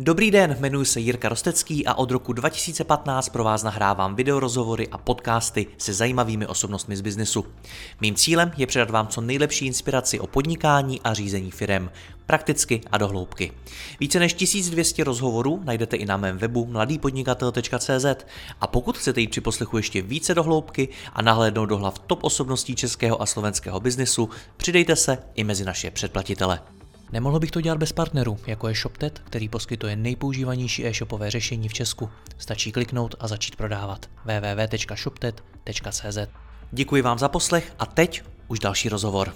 Dobrý den, jmenuji se Jirka Rostecký a od roku 2015 pro vás nahrávám videorozhovory a podcasty se zajímavými osobnostmi z biznesu. Mým cílem je předat vám co nejlepší inspiraci o podnikání a řízení firem, prakticky a do hloubky. Více než 1200 rozhovorů najdete i na mém webu mladýpodnikatel.cz a pokud chcete jít při poslechu ještě více do hloubky a nahlédnout do hlav top osobností českého a slovenského biznesu, přidejte se i mezi naše předplatitele. Nemohl bych to dělat bez partnerů, jako je ShopTet, který poskytuje nejpoužívanější e-shopové řešení v Česku. Stačí kliknout a začít prodávat. www.shoptet.cz. Děkuji vám za poslech a teď už další rozhovor.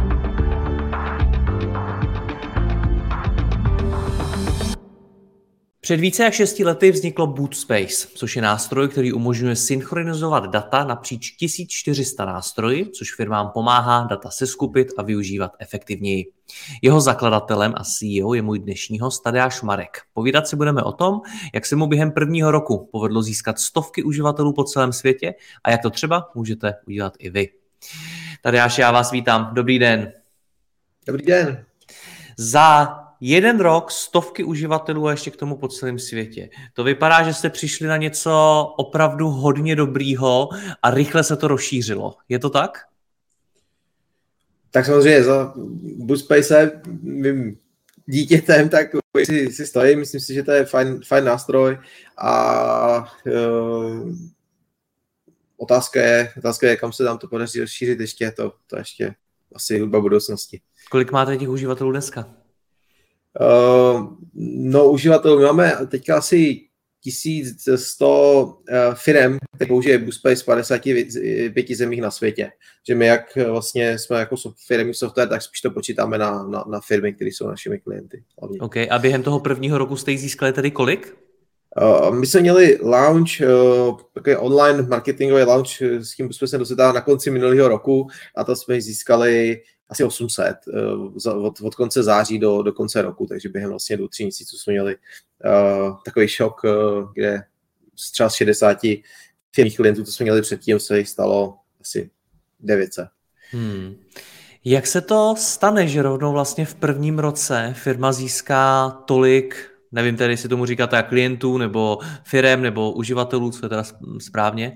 Před více jak 6 lety vzniklo Bootspace, což je nástroj, který umožňuje synchronizovat data napříč 1400 nástroji, což firmám pomáhá data seskupit a využívat efektivněji. Jeho zakladatelem a CEO je můj dnešní host Tadeáš Marek. Povídat si budeme o tom, jak se mu během prvního roku povedlo získat stovky uživatelů po celém světě a jak to třeba můžete udělat i vy. Tadeáš, já vás vítám. Dobrý den. Dobrý den. Za jeden rok stovky uživatelů a ještě k tomu po celém světě. To vypadá, že jste přišli na něco opravdu hodně dobrýho a rychle se to rozšířilo. Je to tak? Tak samozřejmě za Bootspace mým dítětem, tak si stojím. Myslím si, že to je fajn nástroj a otázka je, kam se nám to podaří rozšířit ještě. To ještě asi hudba budoucnosti. Kolik máte těch uživatelů dneska? Uživatelů máme teďka asi 1100 firem, které použije Bootspace v 55 zemích na světě. Že my jak vlastně jsme jako firmní software, tak spíš to počítáme na firmy, které jsou našimi klienty. Hlavně. OK, a během toho prvního roku jste získali tedy kolik? My jsme měli launch, takový online marketingový launch, s tím jsme se dosedali na konci minulého roku a to jsme získali asi 800 od konce září do konce roku, takže během vlastně 2-3 měsíců jsme měli takový šok, kde třeba z 60 firmních klientů, co jsme měli předtím, se jich stalo asi 900. Jak se to stane, že rovnou vlastně v prvním roce firma získá tolik, nevím tedy, jestli tomu říkáte klientů, nebo firem, nebo uživatelů, co je teda správně?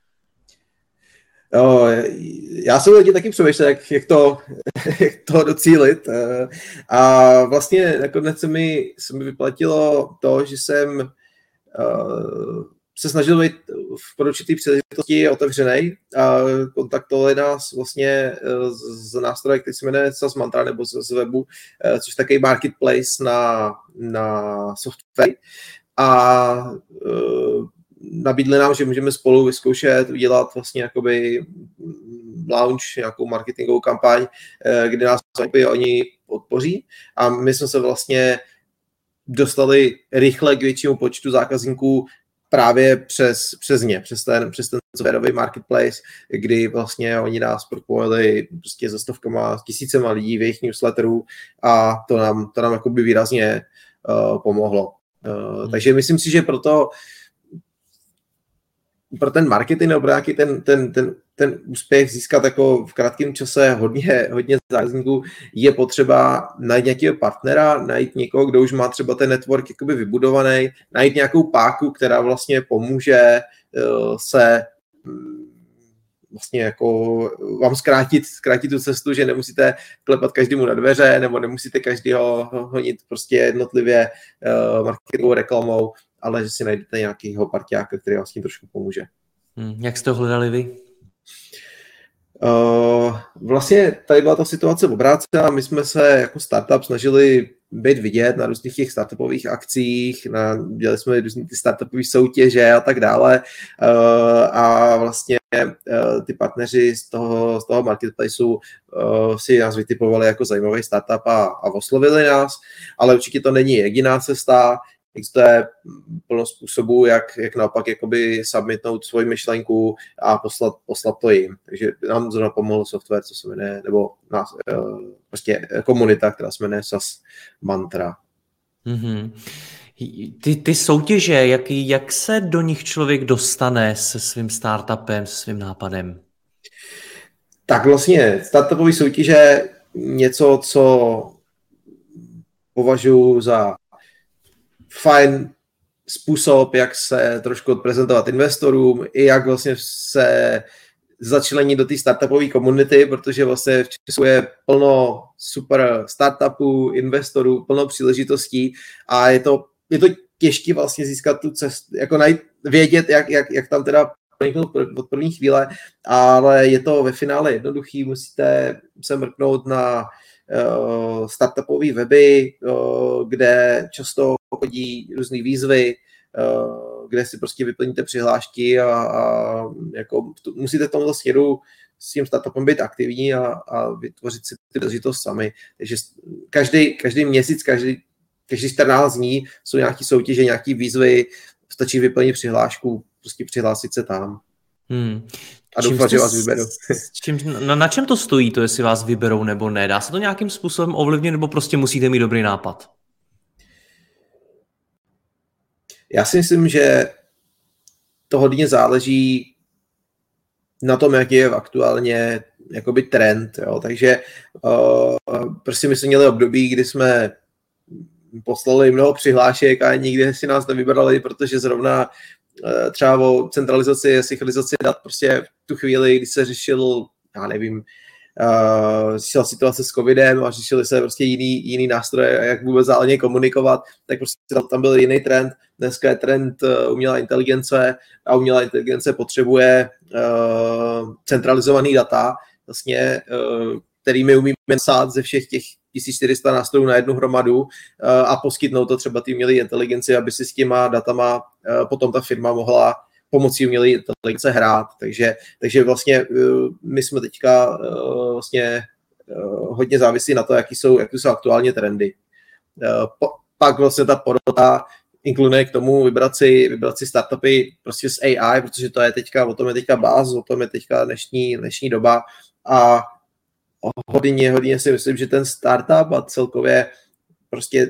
Já jsem lidi taky přemýšlel, jak to docílit a vlastně nakonec se mi vyplatilo to, že jsem se snažil být v určitý příležitosti otevřenej a kontaktovali nás vlastně z nástroje, který se jmenuje SaaS Mantra nebo z webu, což je takový marketplace na software a nabídli nám, že můžeme spolu vyzkoušet udělat vlastně jakoby launch, nějakou marketingovou kampaň, kde nás oni podpoří a my jsme se vlastně dostali rychle k většímu počtu zákazníků právě přes ně, přes ten softwarový marketplace, kdy vlastně oni nás propojili prostě se stovkama, tisícema lidí v jejich newsletterů a to nám jakoby výrazně pomohlo. Takže myslím si, že pro ten marketing nebo nějaký ten úspěch získat jako v krátkém čase hodně zákazníků je potřeba najít nějakého partnera, najít někoho, kdo už má třeba ten network jakoby vybudovaný, najít nějakou páku, která vlastně pomůže se vlastně jako vám zkrátit tu cestu, že nemusíte klepat každému na dveře nebo nemusíte každého honit prostě jednotlivě marketingovou reklamou, ale že si najdete nějakého parťáka, který vám s tím trošku pomůže. Jak jste ho hledali vy? Vlastně tady byla ta situace obrácená. My jsme se jako startup snažili být vidět na různých těch startupových akcích, dělali jsme různé ty startupové soutěže a tak dále a vlastně ty partneři z toho marketplaceu si nás vytipovali jako zajímavý startup a oslovili nás, ale určitě to není jediná cesta. Existuje plno způsobů, jak naopak jakoby submitnout svoji myšlenku a poslat to jim. Takže nám zrovna pomohl software, co se jmenuje, nebo prostě komunita, která se jmenuje SaaS Mantra. Mm-hmm. Ty soutěže, jak se do nich člověk dostane se svým startupem, se svým nápadem? Tak vlastně startupové soutěže něco, co považuji za fajn způsob, jak se trošku odprezentovat investorům, i jak vlastně se začlení do té startupové komunity, protože vlastně v Česku je plno super startupů, investorů, plno příležitostí a je to těžké vlastně získat tu cestu, jako vědět, jak tam teda proniknout od první chvíle, ale je to ve finále jednoduchý, musíte se mrknout na startupové weby, kde často chodí různý výzvy, kde si prostě vyplníte přihlášky a jako musíte v tomto směru s tím startupem být aktivní a vytvořit si ty příležitost sami. Takže každý měsíc, každý 14 dní jsou nějaké soutěže, nějaké výzvy, stačí vyplnit přihlášku, prostě přihlásit se tam. A doufám, že vás vyberou. Na čem to stojí, to jestli vás vyberou nebo ne? Dá se to nějakým způsobem ovlivnit, nebo prostě musíte mít dobrý nápad? Já si myslím, že to hodně záleží na tom, jaký je aktuálně jakoby trend. Jo? Takže prostě my jsme měli období, kdy jsme poslali mnoho přihlášek a nikdy si nás nevybrali, protože zrovna třeba o centralizaci, synchronizaci dat prostě v tu chvíli, kdy se řešil, já nevím, řešila situace s covidem a řešili se prostě jiný nástroje, jak vůbec záleně komunikovat, tak prostě tam byl jiný trend. Dneska je trend umělá inteligence a umělá inteligence potřebuje centralizovaný data, vlastně, kterými umíme sát ze všech těch 1400 nástrojů na jednu hromadu a poskytnout to třeba té umělé inteligenci, aby si s těma datama potom ta firma mohla pomocí umělé inteligence hrát. Takže vlastně my jsme teďka vlastně hodně závislí na to, jak jsou aktuálně trendy. Pak vlastně ta porota inkluduje k tomu vybrat si startupy prostě s AI, protože to je teďka, o tom je teďka báz, o tom je teďka dnešní doba a hodně si myslím, že ten startup a celkově prostě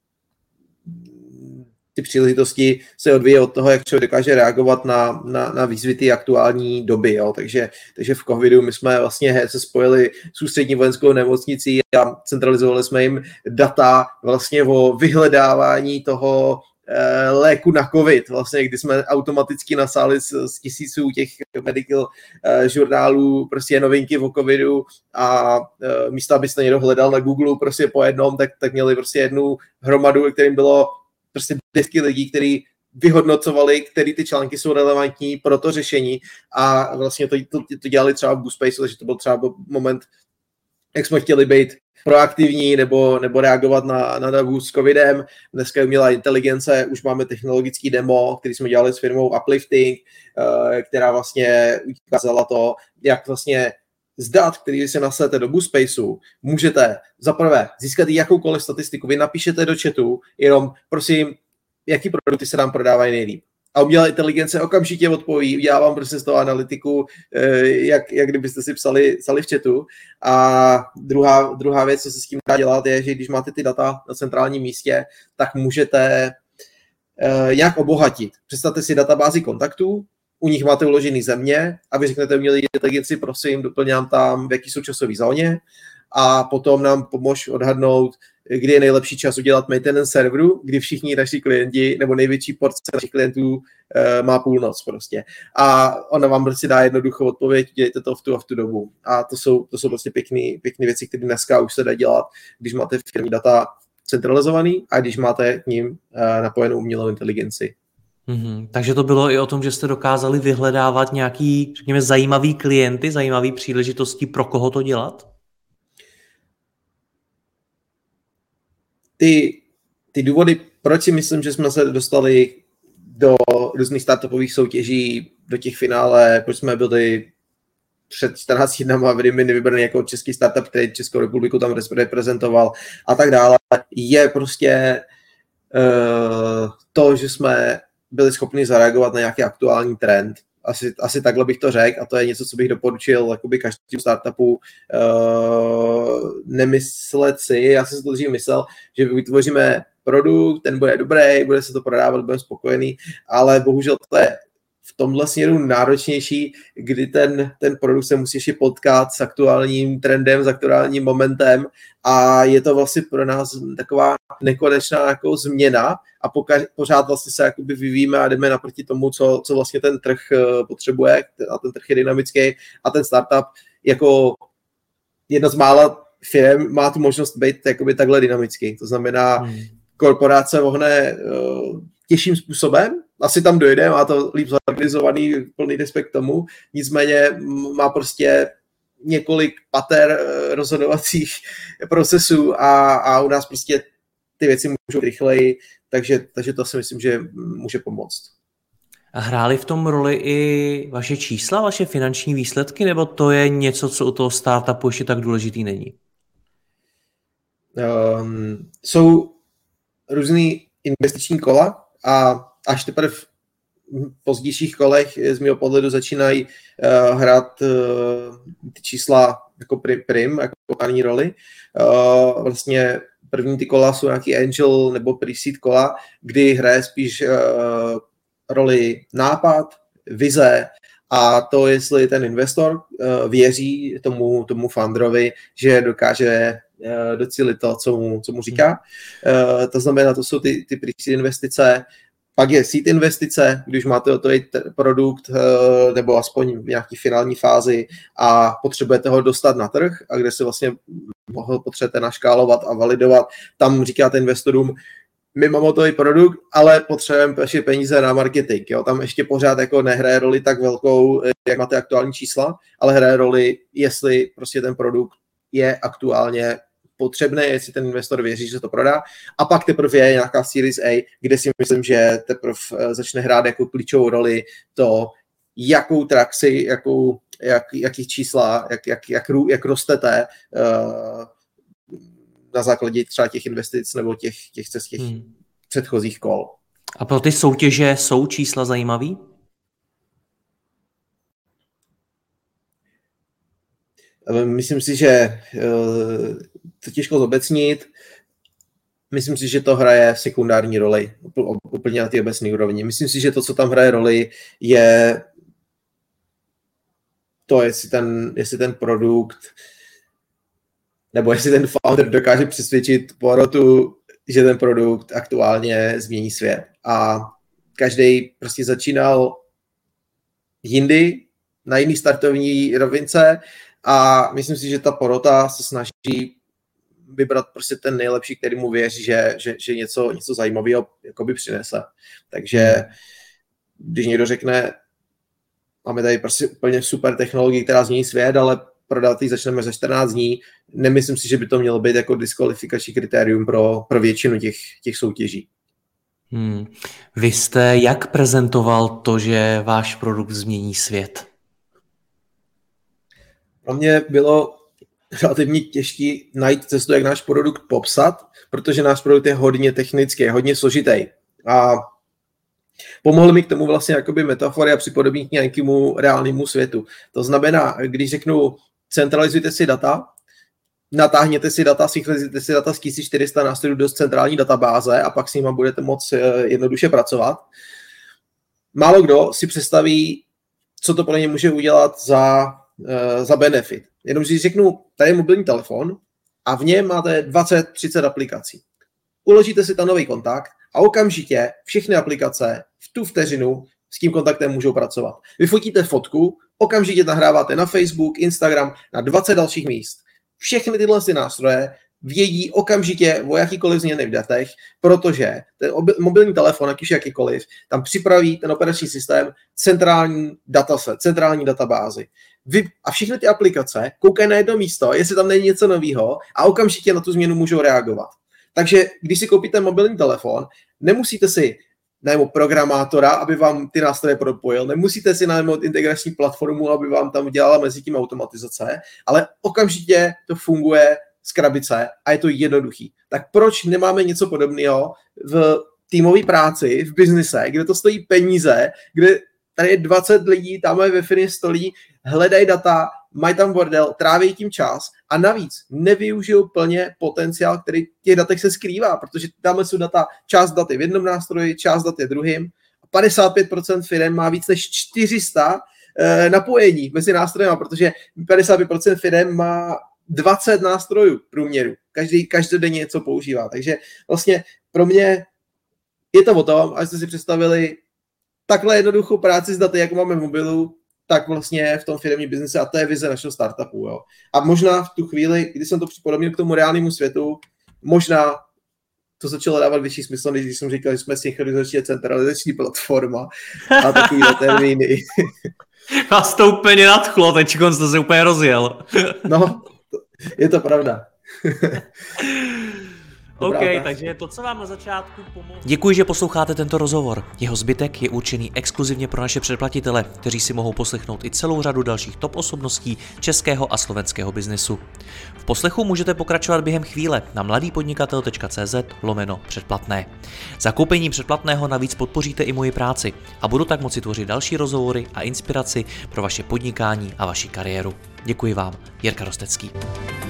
ty příležitosti se odvíjí od toho, jak člověk dokáže reagovat na výzvy té aktuální doby. Jo. Takže v covidu my jsme vlastně se spojili s ústřední vojenskou nemocnicí a centralizovali jsme jim data vlastně o vyhledávání toho léku na covid, vlastně, kdy jsme automaticky nasáli z tisíců těch medical žurnálů prostě novinky o covidu a místo, abyste někdo hledal na Google prostě po jednom, tak měli prostě jednu hromadu, kterým bylo prostě desítky lidí, kteří vyhodnocovali, který ty články jsou relevantní pro to řešení a vlastně to dělali třeba v BoostSpace, takže to byl třeba moment, jak jsme chtěli být proaktivní nebo reagovat na dobu s covidem. Dneska je umělá inteligence, už máme technologický demo, který jsme dělali s firmou Uplifting, která vlastně ukázala to, jak vlastně z dat, který si nasadete do BoostSpaceu, můžete zaprvé získat jakoukoliv statistiku. Vy napíšete do chatu jenom, prosím, jaký produkty se nám prodávají nejlíp. A umělá inteligence okamžitě odpoví, udělá vám prostě z toho analytiku, jak kdybyste si psali v chatu. A druhá věc, co se s tím dá dělat, je, že když máte ty data na centrálním místě, tak můžete jak obohatit. Představte si databázi kontaktů, u nich máte uložený země a vy řeknete umělé inteligenci, prosím, doplňám tam, v jaký jsou časové zóně a potom nám pomož odhadnout, kdy je nejlepší čas udělat maintenance serveru, kdy všichni naši klienti, nebo největší porce našich klientů má půlnoc prostě. A ona vám prostě dá jednoduchou odpověď, dělejte to v tu a v tu dobu. A to jsou prostě pěkné věci, které dneska už se dá dělat, když máte firmní data centralizovaný a když máte k ním napojenou umělou inteligenci. Takže to bylo i o tom, že jste dokázali vyhledávat nějaký, řekněme, zajímavý klienty, zajímavý příležitosti, pro koho to dělat? Ty důvody, proč si myslím, že jsme se dostali do různých startupových soutěží, do těch finále, proč jsme byli před 14 dnama vedemi vybraný jako český startup, který Českou republiku tam reprezentoval a tak dále, je prostě to, že jsme byli schopni zareagovat na nějaký aktuální trend. Asi takhle bych to řekl a to je něco, co bych doporučil jakoby každému startupu nemyslet si, já jsem si to dřív myslel, že vytvoříme produkt, ten bude dobrý, bude se to prodávat, budeme spokojený, ale bohužel to je v tomhle směru náročnější, kdy ten produkt se musí ještě potkat s aktuálním trendem, s aktuálním momentem a je to vlastně pro nás taková nekonečná jako změna a pořád vlastně se jakoby vyvíjíme a jdeme naproti tomu, co vlastně ten trh potřebuje a ten trh je dynamický a ten startup jako jedna z mála firm má tu možnost být jakoby takhle dynamický. To znamená, korporace ohne těžším způsobem, asi tam dojde, má to líp zorganizovaný, plný respekt tomu, nicméně má prostě několik pater rozhodovacích procesů a u nás prostě ty věci můžou rychleji, takže to si myslím, že může pomoct. A hrály v tom roli i vaše čísla, vaše finanční výsledky, nebo to je něco, co u toho startupu ještě tak důležitý není? Jsou různý investiční kola a až teprve v pozdějších kolech z mého pohledu začínají hrát ty čísla jako prim, jako hlavní roli. Vlastně první ty kola jsou nějaký angel nebo pre-seed kola, kdy hraje spíš roli nápad, vize a to, jestli ten investor věří tomu founderovi, že dokáže docílit to, co mu říká. To znamená, to jsou ty pre-seed investice. Pak je seed investice, když máte hotový produkt nebo aspoň v nějaké finální fázi a potřebujete ho dostat na trh a kde se vlastně ho potřebujete naškálovat a validovat. Tam říkáte investorům, my máme hotový produkt, ale potřebujeme ještě peníze na marketing. Jo? Tam ještě pořád jako nehraje roli tak velkou, jak máte aktuální čísla, ale hraje roli, jestli prostě ten produkt je aktuálně potřebné, jestli ten investor věří, že se to prodá. A pak teprve je nějaká Series A, kde si myslím, že teprve začne hrát jako klíčovou roli to, jakou trakci, jaký čísla, jak rostete na základě třeba těch investic nebo těch předchozích kol. A pro ty soutěže jsou čísla zajímavý? Myslím si, že to těžko zobecnit. Myslím si, že to hraje sekundární roli, úplně na té obecné úrovni. Myslím si, že to, co tam hraje roli, je to, jestli ten produkt nebo jestli ten founder dokáže přesvědčit porotu, že ten produkt aktuálně změní svět. A každý prostě začínal jindy, na jiný startovní rovince a myslím si, že ta porota se snaží vybrat prostě ten nejlepší, který mu věří, že něco zajímavého jakoby přinese. Takže když někdo řekne, máme tady prostě úplně super technologii, která změní svět, ale prodat ji začneme za 14 dní, nemyslím si, že by to mělo být jako diskvalifikační kritérium pro většinu těch soutěží. Vy jste jak prezentoval to, že váš produkt změní svět? Pro mě bylo relativně těžké najít cestu, jak náš produkt popsat, protože náš produkt je hodně technický, hodně složitý. A pomohly mi k tomu vlastně jakoby metafory a připodobnit k nějakému reálnému světu. To znamená, když řeknu, centralizujte si data, natáhněte si data, synchronizujte si data z 1400 nástrojů do centrální databáze a pak s nima budete moct jednoduše pracovat. Málo kdo si představí, co to pro ně může udělat za benefit. Jenom když řeknu, tady je mobilní telefon a v něm máte 20-30 aplikací. Uložíte si tam nový kontakt a okamžitě všechny aplikace v tu vteřinu s tím kontaktem můžou pracovat. Vyfotíte fotku, okamžitě nahráváte na Facebook, Instagram, na 20 dalších míst. Všechny tyhle nástroje vědí okamžitě o jakýkoliv změny v datech, protože ten mobilní telefon, ať už jakýkoliv, tam připraví ten operační systém centrální dataset, centrální databázi. A všechny ty aplikace koukají na jedno místo, jestli tam není něco nového a okamžitě na tu změnu můžou reagovat. Takže když si koupíte mobilní telefon, nemusíte si najmout programátora, aby vám ty nástroje propojil, nemusíte si najmout integrační platformu, aby vám tam dělala mezi tím automatizace, ale okamžitě to funguje z krabice a je to jednoduchý. Tak proč nemáme něco podobného v týmové práci, v biznise, kde to stojí peníze, kde tady je 20 lidí, tam je ve firmě 100 lidí, hledají data, mají tam bordel, tráví tím čas a navíc nevyužijou plně potenciál, který v těch datech se skrývá, protože tam jsou data, část dat je v jednom nástroji, část dat je druhým. A 55% firem má víc než 400 napojení mezi nástrojema, protože 55% firem má 20 nástrojů průměru. Každodenně něco používá. Takže vlastně pro mě je to o tom, až jste si představili takhle jednoduchou práci s daty, jako máme v mobilu, tak vlastně v tom firemním biznise, a to je vize našeho startupu. Jo. A možná v tu chvíli, kdy jsem to připodobnil k tomu reálnému světu, možná to začalo dávat větší smysl, než když jsem říkal, že jsme synchronizační centralizační platforma a takovýhle termíny. Vás to úplně nadchlo, teďkon to se úplně rozjel. No, je to pravda. OK, takže to, co vám na začátku pomohlo. Děkuji, že posloucháte tento rozhovor. Jeho zbytek je určený exkluzivně pro naše předplatitele, kteří si mohou poslechnout i celou řadu dalších top osobností českého a slovenského biznesu. V poslechu můžete pokračovat během chvíle na mladýpodnikatel.cz/předplatné. Zakoupením předplatného navíc podpoříte i moji práci a budu tak moci tvořit další rozhovory a inspiraci pro vaše podnikání a vaši kariéru. Děkuji vám, Jirka Rostecký.